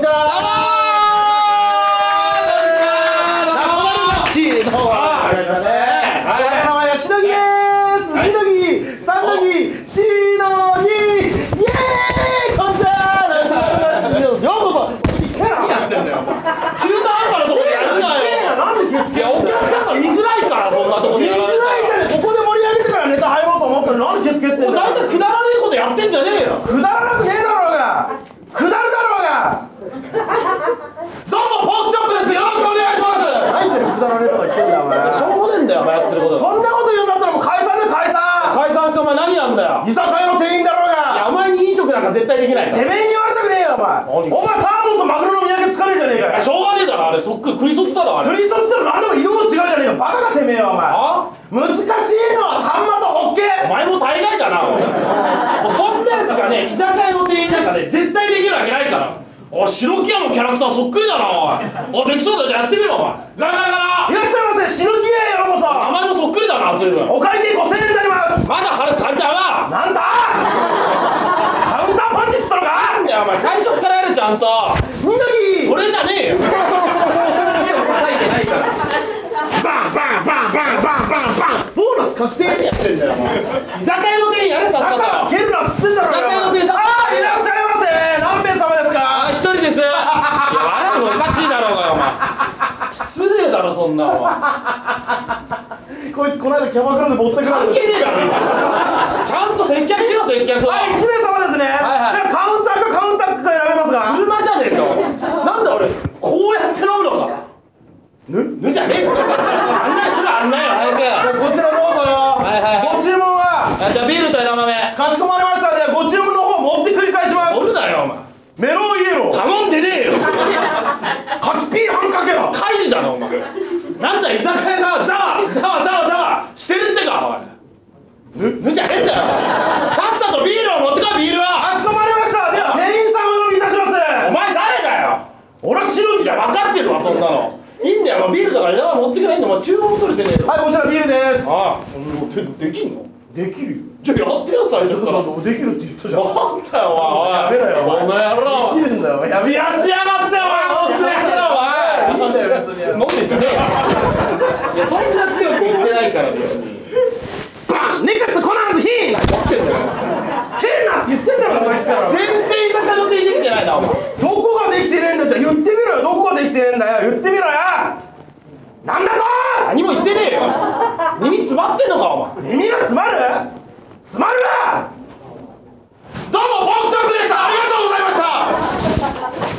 大体くだらねえことやってんじゃねえよ。くだらなくねえだろうが。くだるだろうが。どうもポークチョップです。よろしくお願いします。何言ってるくだらねえとか言ってんだよお前。しょうもねえんだよお前やってること。そんなこと言うんだったらもう解散だよ解散。解散してお前何やんだよ。居酒屋の店員だろうが。いやお前に飲食なんか絶対できない。てめえに言われたくねえよお前。お前サーモンとマグロの見分けつかねえじゃねえかよ。しょうがねえだろあれ。そっくりクリソツだろあれ。クリソツだろ何でも色も違うじゃねえか。バカなてめえよお前。難しいのはサンマとホッケ。お前も大概だなお前。もうそんなやつがね居酒屋の店員なんかね絶対できるわけないから。おい白木屋のキャラクターそっくりだなおい。おいできそうだじゃあやってみろお前。ガラガラガラ。いらっしゃいませ白木屋へようこそ。名前もそっくりだな随分。お会計5000円になります。まだ春簡単はなんだカウンターパンチっつったのか。なんだよお前最初からやるちゃんと。緑それじゃねえよ。叩いてないからバンバンバンバンバンバンバン。ボーナス確定。何やってんだよお前。居酒屋の店員やれさっさと。だから蹴るなっつってんだろ。居酒屋の店員さっさと。いらっしゃいませ。何名様ですか。一人です。いや笑うのおかしいだろうがよお前。失礼だろそんなの。こいつこの間キャバクラで持ってくられて。関係ねえだろ今。ちゃんと接客しろ接客。はい1名様ですね。カウンターかカウンタックか選べますが。車じゃねえか。なんだ俺こうやって飲むのか。ぬじゃねえよ。案内する案内よ早く。こちらどうぞよ。ご注文は。じゃあビールと枝豆。かしこまりましたんでご注文の方持って繰り返します。乗るなよお前。メロンイエロー頼んでねえよ。カキピー半かけろ。開示だなお前。なんだ居酒屋がざわざわざわざわしてるってかおい。ぬじゃねえんだよ。さっさとビールを持ってこい。ビールは。かしこまりました。では店員さんをお呼びいたします。お前誰だよ。俺は白い。いや分かってるわそんなの。いいんだよビールだから枝豆持ってくればいいんだよ。お前注文取れてねえよ。はいこちらビールです。ああできんの。できるよ。じゃあやってよ最初から。できるって言ったじゃん。なんだよお前。やめろよお前。この野郎。できるんだよ。じらしやがってお前。本当やめろお前。いいんだよ別に。飲んでんじゃねえよ。いやそんな強く言ってないから別に。バンネクストコナンズヒーン。何言ってんだよ。変なって言ってんだからさっきから。全然居酒屋の店員できてないなお前。どこができてねえんだ。じゃあ言ってみろよ。どこができてねえんだよ。言ってみろよ。なんだと。何も言ってねえよ。耳詰まってんのかお前。耳が詰まる。詰まるな。どうもボクチョップでした。ありがとうございました。